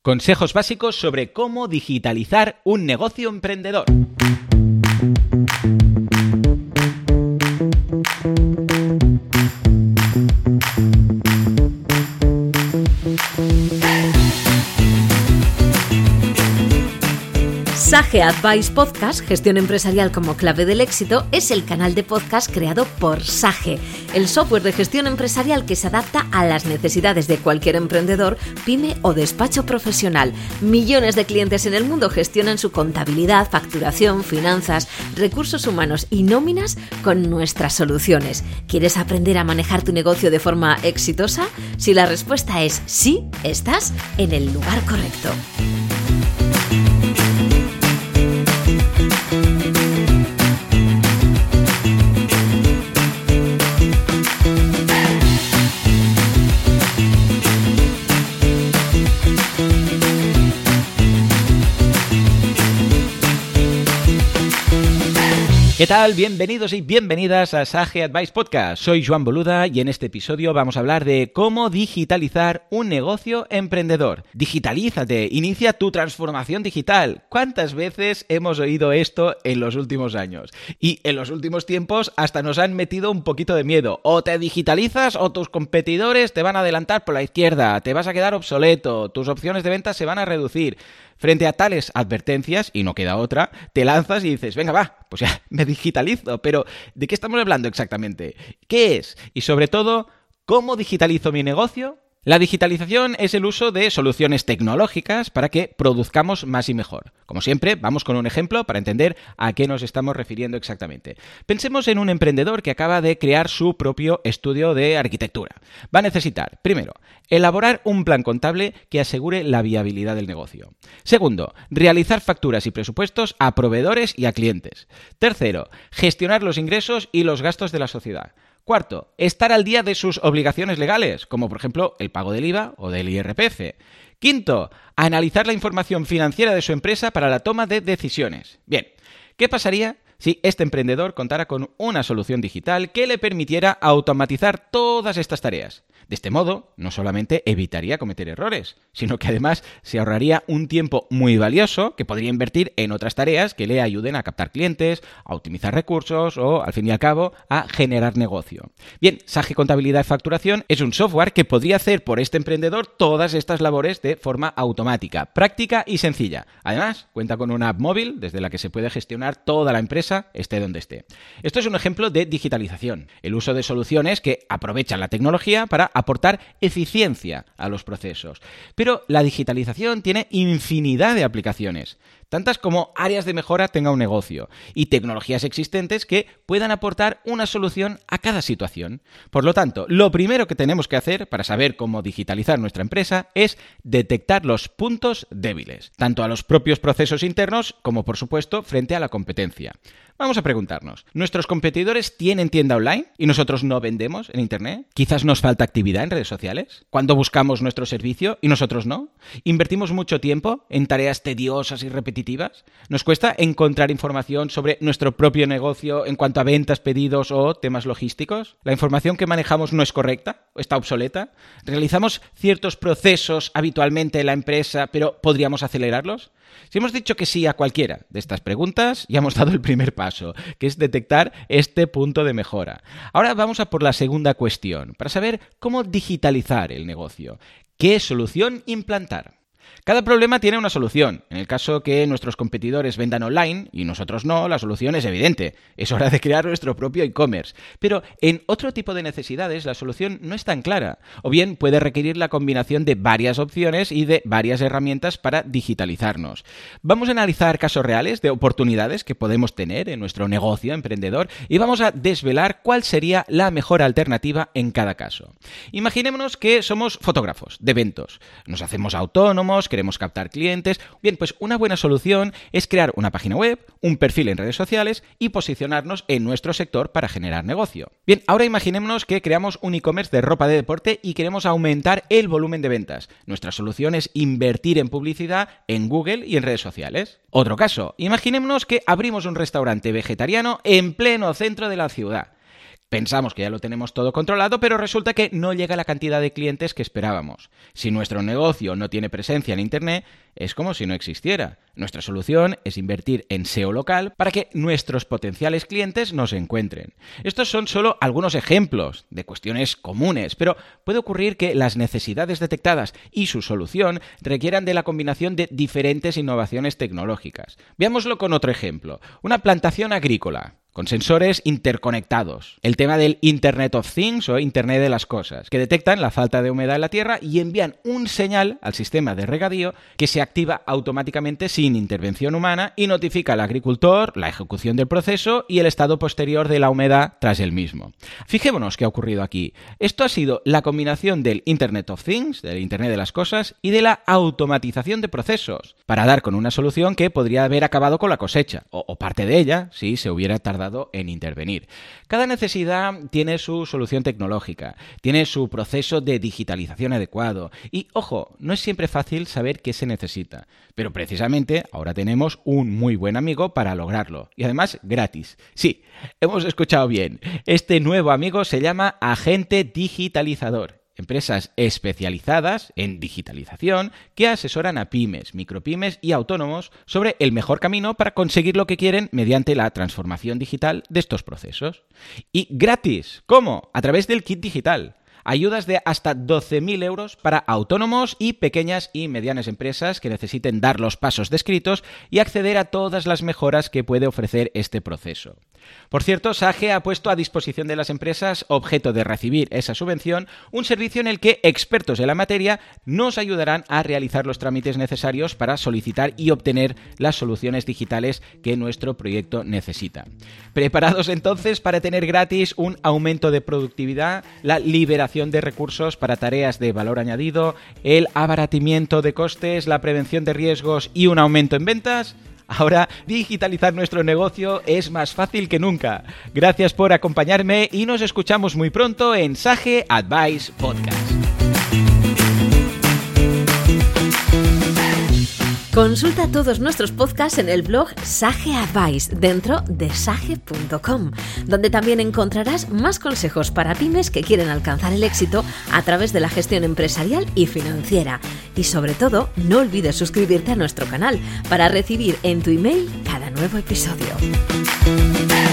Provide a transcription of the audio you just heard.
Consejos básicos sobre cómo digitalizar un negocio emprendedor. Sage Advice Podcast, gestión empresarial como clave del éxito, es el canal de podcast creado por Sage, el software de gestión empresarial que se adapta a las necesidades de cualquier emprendedor, pyme o despacho profesional. Millones de clientes en el mundo gestionan su contabilidad, facturación, finanzas, recursos humanos y nóminas con nuestras soluciones. ¿Quieres aprender a manejar tu negocio de forma exitosa? Si la respuesta es sí, estás en el lugar correcto. ¿Qué tal? Bienvenidos y bienvenidas a Sage Advice Podcast. Soy Joan Boluda y en este episodio vamos a hablar de cómo digitalizar un negocio emprendedor. Digitalízate, inicia tu transformación digital. ¿Cuántas veces hemos oído esto en los últimos años? Y en los últimos tiempos hasta nos han metido un poquito de miedo. O te digitalizas o tus competidores te van a adelantar por la izquierda, te vas a quedar obsoleto, tus opciones de venta se van a reducir. Frente a tales advertencias, y no queda otra, te lanzas y dices, venga va, pues ya me digitalizo, pero ¿de qué estamos hablando exactamente? ¿Qué es? Y sobre todo, ¿cómo digitalizo mi negocio? La digitalización es el uso de soluciones tecnológicas para que produzcamos más y mejor. Como siempre, vamos con un ejemplo para entender a qué nos estamos refiriendo exactamente. Pensemos en un emprendedor que acaba de crear su propio estudio de arquitectura. Va a necesitar, primero, elaborar un plan contable que asegure la viabilidad del negocio. Segundo, realizar facturas y presupuestos a proveedores y a clientes. Tercero, gestionar los ingresos y los gastos de la sociedad. Cuarto, estar al día de sus obligaciones legales, como por ejemplo el pago del IVA o del IRPF. Quinto, analizar la información financiera de su empresa para la toma de decisiones. Bien, ¿qué pasaría si este emprendedor contara con una solución digital que le permitiera automatizar todas estas tareas? De este modo, no solamente evitaría cometer errores, sino que además se ahorraría un tiempo muy valioso que podría invertir en otras tareas que le ayuden a captar clientes, a optimizar recursos o, al fin y al cabo, a generar negocio. Bien, Sage Contabilidad y Facturación es un software que podría hacer por este emprendedor todas estas labores de forma automática, práctica y sencilla. Además, cuenta con una app móvil desde la que se puede gestionar toda la empresa, esté donde esté. Esto es un ejemplo de digitalización, el uso de soluciones que aprovechan la tecnología para aportar eficiencia a los procesos. Pero la digitalización tiene infinidad de aplicaciones, tantas como áreas de mejora tenga un negocio y tecnologías existentes que puedan aportar una solución a cada situación. Por lo tanto, lo primero que tenemos que hacer para saber cómo digitalizar nuestra empresa es detectar los puntos débiles, tanto a los propios procesos internos como, por supuesto, frente a la competencia. Vamos a preguntarnos, ¿nuestros competidores tienen tienda online y nosotros no vendemos en Internet? ¿Quizás nos falta actividad en redes sociales? ¿Cuándo buscamos nuestro servicio y nosotros no? ¿Invertimos mucho tiempo en tareas tediosas y repetitivas? ¿Nos cuesta encontrar información sobre nuestro propio negocio en cuanto a ventas, pedidos o temas logísticos? ¿La información que manejamos no es correcta o está obsoleta? ¿Realizamos ciertos procesos habitualmente en la empresa, pero podríamos acelerarlos? Si hemos dicho que sí a cualquiera de estas preguntas, ya hemos dado el primer paso, que es detectar este punto de mejora. Ahora vamos a por la segunda cuestión, para saber cómo digitalizar el negocio. ¿Qué solución implantar? Cada problema tiene una solución. En el caso que nuestros competidores vendan online y nosotros no, la solución es evidente. Es hora de crear nuestro propio e-commerce. Pero en otro tipo de necesidades la solución no es tan clara. O bien puede requerir la combinación de varias opciones y de varias herramientas para digitalizarnos. Vamos a analizar casos reales de oportunidades que podemos tener en nuestro negocio emprendedor y vamos a desvelar cuál sería la mejor alternativa en cada caso. Imaginémonos que somos fotógrafos de eventos. Nos hacemos autónomos, queremos captar clientes. Bien, pues una buena solución es crear una página web, un perfil en redes sociales y posicionarnos en nuestro sector para generar negocio. Bien, ahora imaginémonos que creamos un e-commerce de ropa de deporte y queremos aumentar el volumen de ventas. Nuestra solución es invertir en publicidad en Google y en redes sociales. Otro caso, imaginémonos que abrimos un restaurante vegetariano en pleno centro de la ciudad. Pensamos que ya lo tenemos todo controlado, pero resulta que no llega la cantidad de clientes que esperábamos. Si nuestro negocio no tiene presencia en Internet, es como si no existiera. Nuestra solución es invertir en SEO local para que nuestros potenciales clientes nos encuentren. Estos son solo algunos ejemplos de cuestiones comunes, pero puede ocurrir que las necesidades detectadas y su solución requieran de la combinación de diferentes innovaciones tecnológicas. Veámoslo con otro ejemplo. Una plantación agrícola con sensores interconectados. El tema del Internet of Things o Internet de las Cosas, que detectan la falta de humedad en la tierra y envían un señal al sistema de regadío que se activa automáticamente sin intervención humana y notifica al agricultor la ejecución del proceso y el estado posterior de la humedad tras el mismo. Fijémonos qué ha ocurrido aquí. Esto ha sido la combinación del Internet of Things, del Internet de las Cosas, y de la automatización de procesos, para dar con una solución que podría haber acabado con la cosecha, o parte de ella, si se hubiera tardado en intervenir. Cada necesidad tiene su solución tecnológica, tiene su proceso de digitalización adecuado y, ojo, no es siempre fácil saber qué se necesita, pero precisamente ahora tenemos un muy buen amigo para lograrlo y además gratis. Sí, hemos escuchado bien. Este nuevo amigo se llama Agente Digitalizador. Empresas especializadas en digitalización que asesoran a pymes, micropymes y autónomos sobre el mejor camino para conseguir lo que quieren mediante la transformación digital de estos procesos. Y gratis. ¿Cómo? A través del kit digital. Ayudas de hasta 12.000 euros para autónomos y pequeñas y medianas empresas que necesiten dar los pasos descritos y acceder a todas las mejoras que puede ofrecer este proceso. Por cierto, Sage ha puesto a disposición de las empresas, objeto de recibir esa subvención, un servicio en el que expertos en la materia nos ayudarán a realizar los trámites necesarios para solicitar y obtener las soluciones digitales que nuestro proyecto necesita. ¿Preparados entonces para tener gratis un aumento de productividad, la liberación de recursos para tareas de valor añadido, el abaratimiento de costes, la prevención de riesgos y un aumento en ventas? Ahora, digitalizar nuestro negocio es más fácil que nunca. Gracias por acompañarme y nos escuchamos muy pronto en Sage Advice Podcast. Consulta todos nuestros podcasts en el blog Sage Advice dentro de sage.com, donde también encontrarás más consejos para pymes que quieren alcanzar el éxito a través de la gestión empresarial y financiera. Y sobre todo, no olvides suscribirte a nuestro canal para recibir en tu email cada nuevo episodio.